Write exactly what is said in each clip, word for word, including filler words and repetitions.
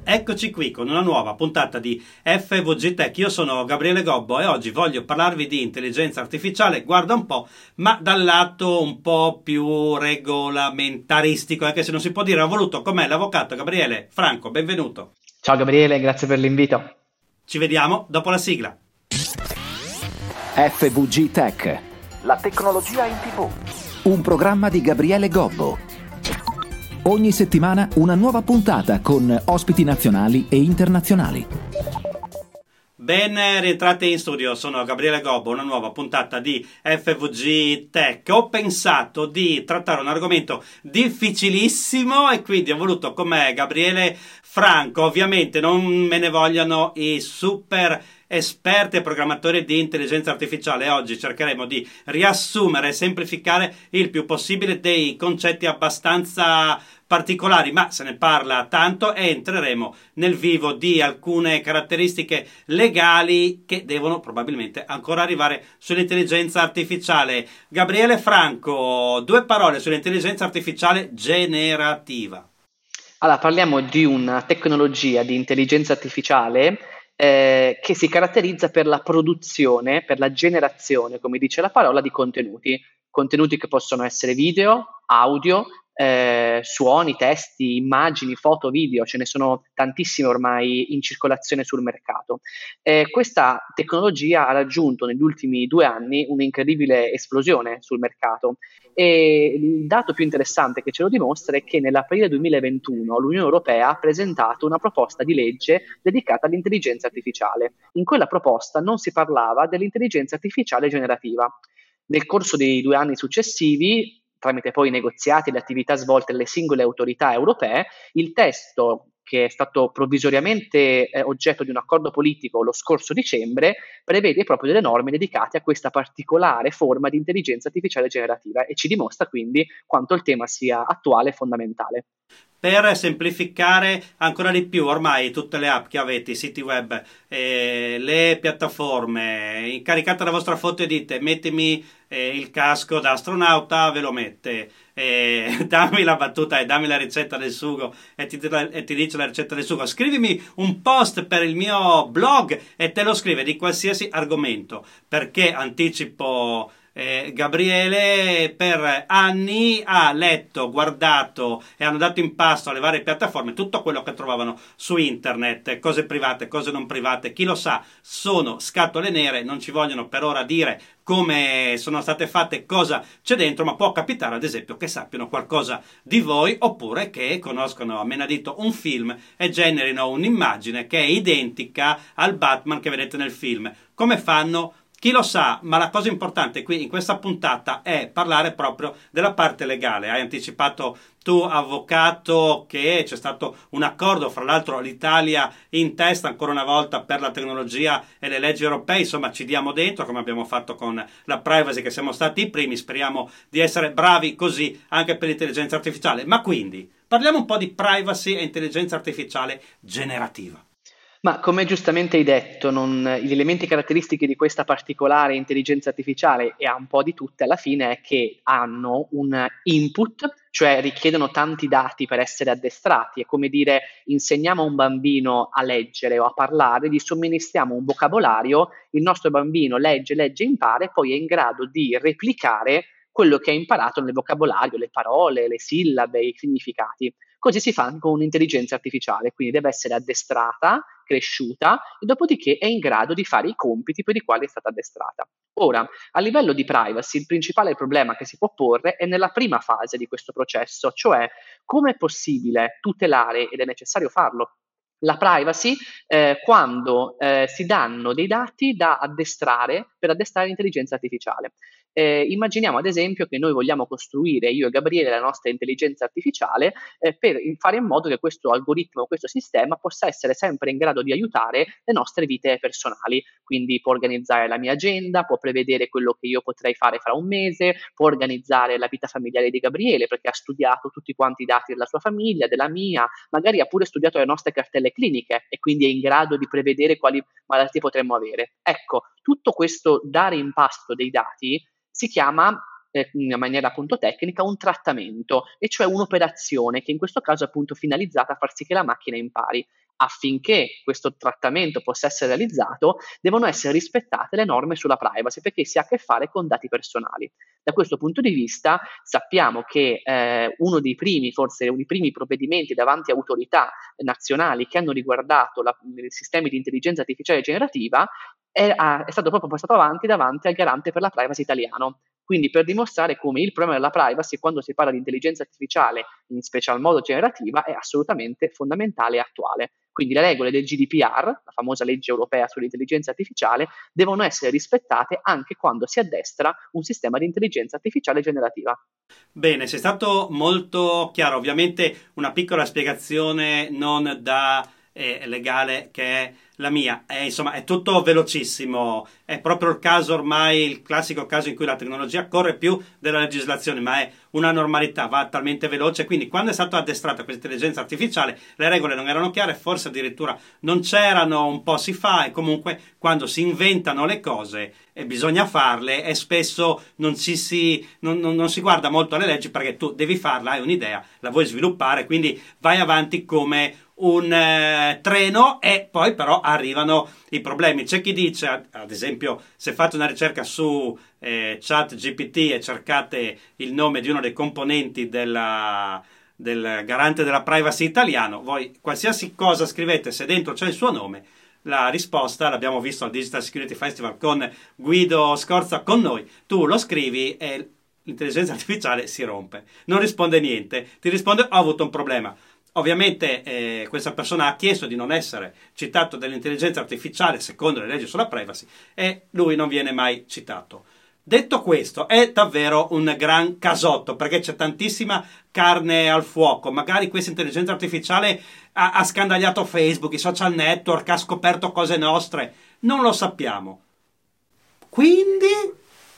Eccoci qui con una nuova puntata di F V G Tech. Io sono Gabriele Gobbo e oggi voglio parlarvi di intelligenza artificiale, guarda un po', ma dal lato un po' più regolamentaristico, anche se non si può dire. Ho voluto con me l'avvocato Gabriele Franco, benvenuto. Ciao Gabriele, grazie per l'invito. Ci vediamo dopo la sigla. F V G Tech, la tecnologia in tivù. Un programma di Gabriele Gobbo. Ogni settimana una nuova puntata con ospiti nazionali e internazionali. Ben rientrati in studio, sono Gabriele Gobbo, una nuova puntata di F V G Tech. Ho pensato di trattare un argomento difficilissimo e quindi ho voluto con me Gabriele Franco. Ovviamente non me ne vogliano i super esperti e programmatori di intelligenza artificiale. Oggi cercheremo di riassumere e semplificare il più possibile dei concetti abbastanza particolari, ma se ne parla tanto e entreremo nel vivo di alcune caratteristiche legali che devono probabilmente ancora arrivare sull'intelligenza artificiale. Gabriele Franco, due parole sull'intelligenza artificiale generativa. Allora, parliamo di una tecnologia di intelligenza artificiale eh, che si caratterizza per la produzione, per la generazione, come dice la parola, di contenuti. Contenuti che possono essere video, audio, Eh, suoni, testi, immagini, foto, video, ce ne sono tantissime ormai in circolazione sul mercato. Eh, questa tecnologia ha raggiunto negli ultimi due anni un'incredibile esplosione sul mercato e il dato più interessante che ce lo dimostra è che nell'aprile duemilaventuno l'Unione Europea ha presentato una proposta di legge dedicata all'intelligenza artificiale. In quella proposta non si parlava dell'intelligenza artificiale generativa. Nel corso dei due anni successivi, tramite poi i negoziati e le attività svolte dalle singole autorità europee, il testo che è stato provvisoriamente eh, oggetto di un accordo politico lo scorso dicembre, prevede proprio delle norme dedicate a questa particolare forma di intelligenza artificiale generativa e ci dimostra quindi quanto il tema sia attuale e fondamentale. Per semplificare ancora di più, ormai tutte le app che avete, i siti web, eh, le piattaforme, caricate la vostra foto e dite mettimi eh, il casco da astronauta, ve lo mette, eh, dammi la battuta e dammi la ricetta del sugo e ti, e ti dice la ricetta del sugo, scrivimi un post per il mio blog e te lo scrive di qualsiasi argomento, perché anticipo... Eh, Gabriele per anni ha letto, guardato e hanno dato in pasto alle varie piattaforme tutto quello che trovavano su internet, cose private, cose non private, chi lo sa, sono scatole nere, non ci vogliono per ora dire come sono state fatte, cosa c'è dentro, ma può capitare ad esempio che sappiano qualcosa di voi oppure che conoscono a menadito un film e generino un'immagine che è identica al Batman che vedete nel film. Come fanno? Chi lo sa, ma la cosa importante qui in questa puntata è parlare proprio della parte legale. Hai anticipato tu, avvocato, che c'è stato un accordo, fra l'altro l'Italia in testa ancora una volta per la tecnologia e le leggi europee, insomma ci diamo dentro come abbiamo fatto con la privacy che siamo stati i primi, speriamo di essere bravi così anche per l'intelligenza artificiale. Ma quindi parliamo un po' di privacy e intelligenza artificiale generativa. Ma come giustamente hai detto, non, gli elementi caratteristiche di questa particolare intelligenza artificiale, e ha un po' di tutte alla fine, è che hanno un input, cioè richiedono tanti dati per essere addestrati. È come dire, insegniamo a un bambino a leggere o a parlare, gli somministriamo un vocabolario, il nostro bambino legge, legge, impara e poi è in grado di replicare quello che ha imparato nel vocabolario, le parole, le sillabe, i significati. Così si fa con un'intelligenza artificiale, quindi deve essere addestrata, cresciuta e dopodiché è in grado di fare i compiti per i quali è stata addestrata. Ora, a livello di privacy, il principale problema che si può porre è nella prima fase di questo processo, cioè come è possibile tutelare, ed è necessario farlo, la privacy eh, quando eh, si danno dei dati da addestrare per addestrare l'intelligenza artificiale. Eh, immaginiamo ad esempio che noi vogliamo costruire, io e Gabriele, la nostra intelligenza artificiale eh, per fare in modo che questo algoritmo, questo sistema possa essere sempre in grado di aiutare le nostre vite personali, quindi può organizzare la mia agenda, può prevedere quello che io potrei fare fra un mese, può organizzare la vita familiare di Gabriele perché ha studiato tutti quanti i dati della sua famiglia, della mia, magari ha pure studiato le nostre cartelle cliniche e quindi è in grado di prevedere quali malattie potremmo avere. Ecco, tutto questo dare in pasto dei dati si chiama eh, in maniera appunto tecnica un trattamento, e cioè un'operazione che in questo caso è appunto finalizzata a far sì che la macchina impari. affinché questo trattamento possa essere realizzato, devono essere rispettate le norme sulla privacy, perché si ha a che fare con dati personali. Da questo punto di vista sappiamo che eh, uno dei primi, forse uno dei primi provvedimenti davanti a autorità nazionali che hanno riguardato la, i sistemi di intelligenza artificiale generativa è, è stato proprio portato avanti davanti al garante per la privacy italiano. Quindi per dimostrare come il problema della privacy, quando si parla di intelligenza artificiale, in special modo generativa, è assolutamente fondamentale e attuale. Quindi le regole del G D P R, la famosa legge europea sull'intelligenza artificiale, devono essere rispettate anche quando si addestra un sistema di intelligenza artificiale generativa. Bene, sei stato molto chiaro. Ovviamente una piccola spiegazione non da eh, legale che è la mia. È, insomma, è tutto velocissimo. È proprio il caso ormai, il classico caso in cui la tecnologia corre più della legislazione, ma è una normalità, va talmente veloce. Quindi quando è stata addestrata questa intelligenza artificiale, le regole non erano chiare, forse addirittura non c'erano, un po' si fa, e comunque quando si inventano le cose e bisogna farle, e spesso non, ci si, non, non, non si guarda molto alle leggi, perché tu devi farla, hai un'idea, la vuoi sviluppare, quindi vai avanti come un eh, treno, e poi però arrivano i problemi. C'è chi dice, ad esempio, se fate una ricerca su eh, ChatGPT e cercate il nome di uno dei componenti della, del garante della privacy italiano, voi qualsiasi cosa scrivete, se dentro c'è il suo nome, la risposta, l'abbiamo visto al Digital Security Festival con Guido Scorza con noi, tu lo scrivi e l'intelligenza artificiale si rompe, non risponde niente, ti risponde ho avuto un problema. Ovviamente eh, questa persona ha chiesto di non essere citato dall'intelligenza artificiale secondo le leggi sulla privacy e lui non viene mai citato. Detto questo, è davvero un gran casotto, perché c'è tantissima carne al fuoco. Magari questa intelligenza artificiale ha, ha scandagliato Facebook, i social network, ha scoperto cose nostre, non lo sappiamo. Quindi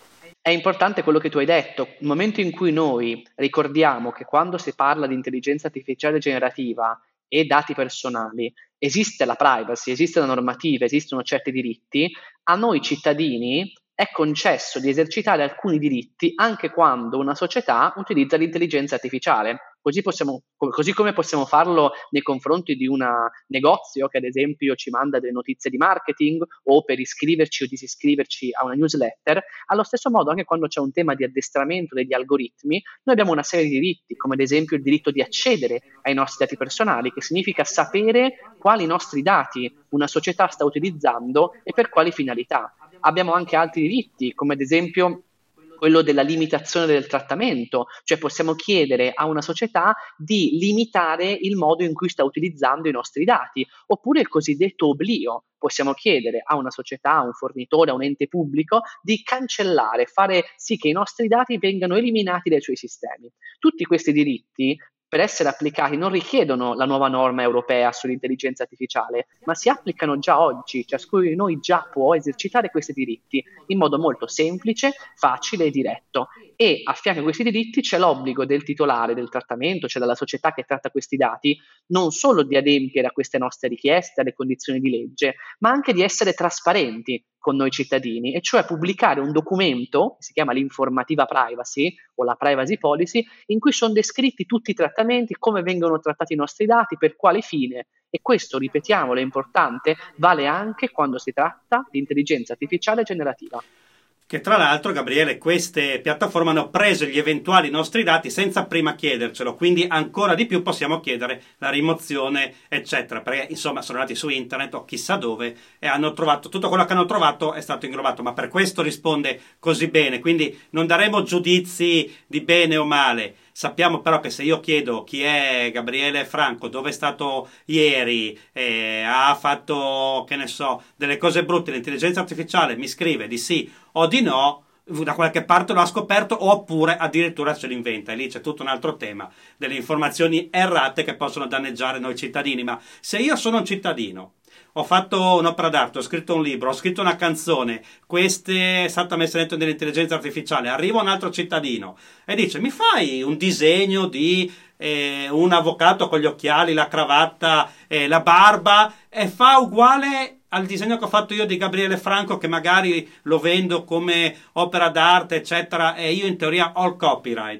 è importante quello che tu hai detto. Il momento in cui noi ricordiamo che quando si parla di intelligenza artificiale generativa e dati personali esiste la privacy, esiste la normativa, esistono certi diritti, a noi cittadini è concesso di esercitare alcuni diritti anche quando una società utilizza l'intelligenza artificiale. Così, possiamo, così come possiamo farlo nei confronti di un negozio che ad esempio ci manda delle notizie di marketing o per iscriverci o disiscriverci a una newsletter, allo stesso modo anche quando c'è un tema di addestramento degli algoritmi, noi abbiamo una serie di diritti, come ad esempio il diritto di accedere ai nostri dati personali, che significa sapere quali nostri dati una società sta utilizzando e per quali finalità. Abbiamo anche altri diritti, come ad esempio quello della limitazione del trattamento, cioè possiamo chiedere a una società di limitare il modo in cui sta utilizzando i nostri dati, oppure il cosiddetto oblio. Possiamo chiedere a una società, a un fornitore, a un ente pubblico di cancellare, fare sì che i nostri dati vengano eliminati dai suoi sistemi. Tutti questi diritti, per essere applicati, non richiedono la nuova norma europea sull'intelligenza artificiale, ma si applicano già oggi. Ciascuno di noi già può esercitare questi diritti in modo molto semplice, facile e diretto. E a fianco a questi diritti c'è l'obbligo del titolare del trattamento, cioè della società che tratta questi dati, non solo di adempiere a queste nostre richieste, alle condizioni di legge, ma anche di essere trasparenti con noi cittadini, e cioè pubblicare un documento che si chiama l'informativa privacy o la privacy policy, in cui sono descritti tutti i trattamenti, come vengono trattati i nostri dati, per quale fine. E questo, ripetiamolo, è importante, vale anche quando si tratta di intelligenza artificiale generativa. Che tra l'altro, Gabriele, queste piattaforme hanno preso gli eventuali nostri dati senza prima chiedercelo, quindi ancora di più possiamo chiedere la rimozione, eccetera, perché insomma sono andati su internet o chissà dove e hanno trovato, tutto quello che hanno trovato è stato inglobato, ma per questo risponde così bene, quindi non daremo giudizi di bene o male. Sappiamo però che se io chiedo chi è Gabriele Franco, dove è stato ieri, eh, ha fatto, che ne so, delle cose brutte, l'intelligenza artificiale mi scrive di sì o di no, da qualche parte lo ha scoperto, oppure addirittura ce l'inventa, e lì c'è tutto un altro tema delle informazioni errate che possono danneggiare noi cittadini. Ma se io sono un cittadino, ho fatto un'opera d'arte, ho scritto un libro, ho scritto una canzone, questa è stata messa dentro dell'intelligenza artificiale, arriva un altro cittadino e dice mi fai un disegno di eh, un avvocato con gli occhiali, la cravatta, eh, la barba, e fa uguale al disegno che ho fatto io di Gabriele Franco, che magari lo vendo come opera d'arte, eccetera, e io in teoria ho il copyright.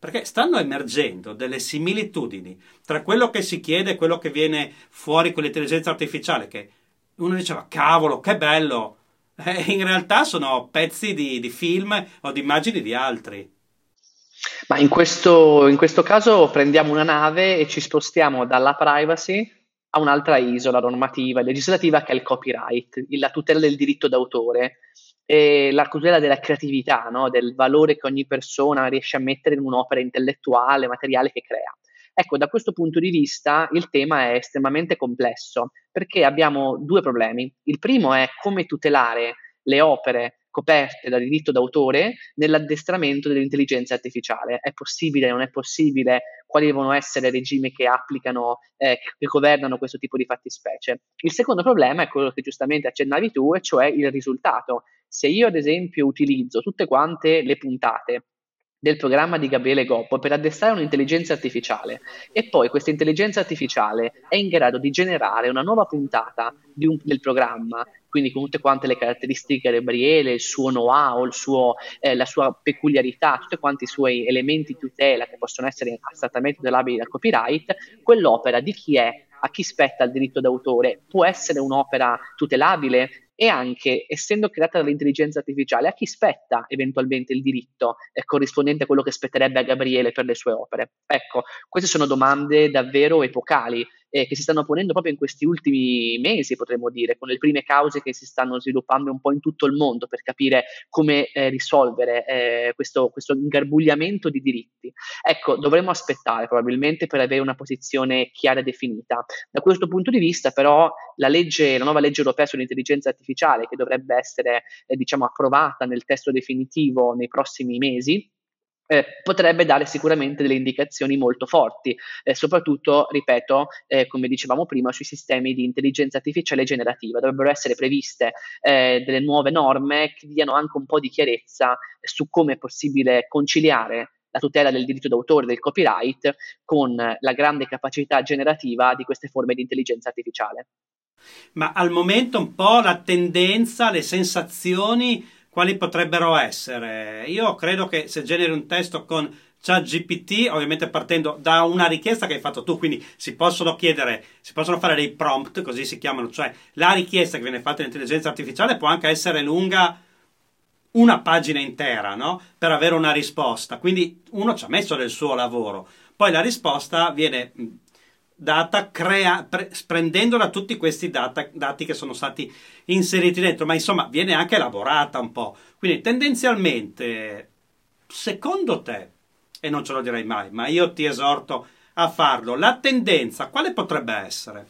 perché stanno emergendo delle similitudini tra quello che si chiede e quello che viene fuori con l'intelligenza artificiale, che uno diceva cavolo che bello, eh, in realtà sono pezzi di, di film o di immagini di altri. Ma in questo, in questo caso prendiamo una nave e ci spostiamo dalla privacy a un'altra isola normativa e legislativa che è il copyright, la tutela del diritto d'autore e la tutela della creatività, no? Del valore che ogni persona riesce a mettere in un'opera intellettuale, materiale che crea. Ecco, da questo punto di vista il tema è estremamente complesso perché abbiamo due problemi. Il primo è come tutelare le opere coperte da diritto d'autore nell'addestramento dell'intelligenza artificiale. È possibile, non è possibile? Quali devono essere i regimi che applicano, eh, che governano questo tipo di fattispecie? Il secondo problema è quello che giustamente accennavi tu, e cioè il risultato. Se io ad esempio utilizzo tutte quante le puntate del programma di Gabriele Gobbo per addestrare un'intelligenza artificiale e poi questa intelligenza artificiale è in grado di generare una nuova puntata di un, del programma, quindi con tutte quante le caratteristiche di Gabriele, il suo know-how, il suo, eh, la sua peculiarità, tutti quanti i suoi elementi di tutela che possono essere astrattamente tutelabili dal copyright, quell'opera di chi è? A chi spetta il diritto d'autore? Può essere un'opera tutelabile? E anche, essendo creata dall'intelligenza artificiale, a chi spetta eventualmente il diritto eh, corrispondente a quello che spetterebbe a Gabriele per le sue opere? Ecco, queste sono domande davvero epocali eh, che si stanno ponendo proprio in questi ultimi mesi, potremmo dire, con le prime cause che si stanno sviluppando un po' in tutto il mondo per capire come eh, risolvere eh, questo, questo ingarbugliamento di diritti. Ecco, dovremmo aspettare probabilmente per avere una posizione chiara e definita. Da questo punto di vista, però, la legge, la nuova legge europea sull'intelligenza artificiale, che dovrebbe essere eh, diciamo approvata nel testo definitivo nei prossimi mesi, eh, potrebbe dare sicuramente delle indicazioni molto forti, eh, soprattutto, ripeto, eh, come dicevamo prima, sui sistemi di intelligenza artificiale generativa. Dovrebbero essere previste eh, delle nuove norme che diano anche un po' di chiarezza su come è possibile conciliare la tutela del diritto d'autore, del copyright, con la grande capacità generativa di queste forme di intelligenza artificiale. Ma al momento un po' la tendenza, le sensazioni, quali potrebbero essere? Io credo che se generi un testo con ChatGPT, ovviamente partendo da una richiesta che hai fatto tu, quindi si possono chiedere, si possono fare dei prompt, così si chiamano, cioè la richiesta che viene fatta all'intelligenza artificiale può anche essere lunga una pagina intera, no? Per avere una risposta, quindi uno ci ha messo del suo lavoro, poi la risposta viene data crea, pre, prendendo da tutti questi data, dati che sono stati inseriti dentro, ma insomma viene anche elaborata un po', quindi tendenzialmente secondo te, e non ce lo direi mai, ma io ti esorto a farlo, la tendenza quale potrebbe essere?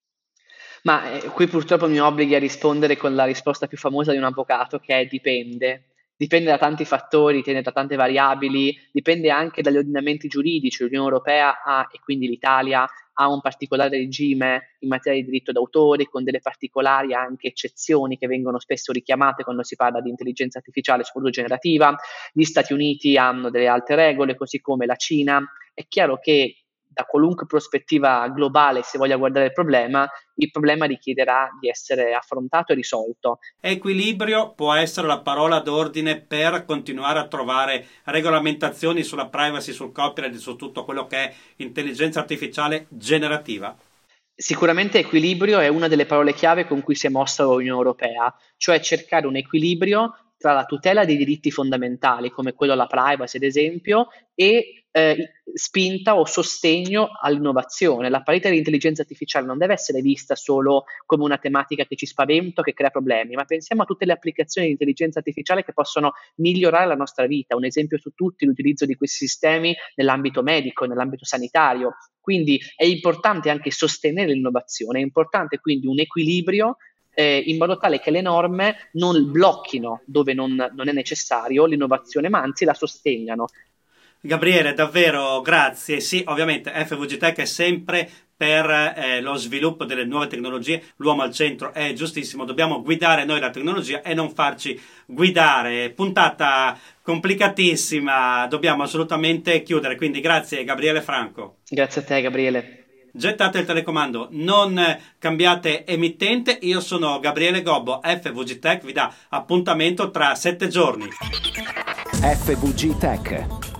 Ma eh, qui purtroppo mi obblighi a rispondere con la risposta più famosa di un avvocato, che è dipende. Dipende da tanti fattori, dipende da tante variabili, dipende anche dagli ordinamenti giuridici. L'Unione Europea ha, e quindi l'Italia, ha un particolare regime in materia di diritto d'autore, con delle particolari anche eccezioni che vengono spesso richiamate quando si parla di intelligenza artificiale, soprattutto generativa. Gli Stati Uniti hanno delle altre regole, così come la Cina. È chiaro che da qualunque prospettiva globale si voglia guardare il problema, il problema richiederà di essere affrontato e risolto. Equilibrio può essere la parola d'ordine per continuare a trovare regolamentazioni sulla privacy, sul copyright, su tutto quello che è intelligenza artificiale generativa? Sicuramente equilibrio è una delle parole chiave con cui si è mossa l'Unione Europea, cioè cercare un equilibrio tra la tutela dei diritti fondamentali, come quello alla privacy ad esempio, e eh, spinta o sostegno all'innovazione. La parità dell'intelligenza artificiale non deve essere vista solo come una tematica che ci spaventa o che crea problemi, ma pensiamo a tutte le applicazioni di intelligenza artificiale che possono migliorare la nostra vita. Un esempio su tutti è l'utilizzo di questi sistemi nell'ambito medico, nell'ambito sanitario. Quindi è importante anche sostenere l'innovazione, è importante quindi un equilibrio Eh, in modo tale che le norme non blocchino dove non, non è necessario l'innovazione, ma anzi la sostengano. Gabriele, davvero grazie. Sì, ovviamente F V G Tech è sempre per eh, lo sviluppo delle nuove tecnologie, l'uomo al centro è giustissimo, dobbiamo guidare noi la tecnologia e non farci guidare. Puntata complicatissima, dobbiamo assolutamente chiudere, quindi grazie Gabriele Franco. Grazie a te Gabriele. Gettate il telecomando, non cambiate emittente. Io sono Gabriele Gobbo, F V G Tech vi dà appuntamento tra sette giorni. F V G Tech,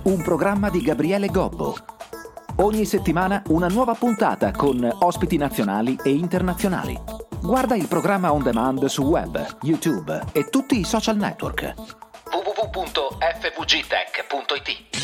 un programma di Gabriele Gobbo. Ogni settimana una nuova puntata con ospiti nazionali e internazionali. Guarda il programma on demand su web, YouTube e tutti i social network. w w w punto f v g tech punto i t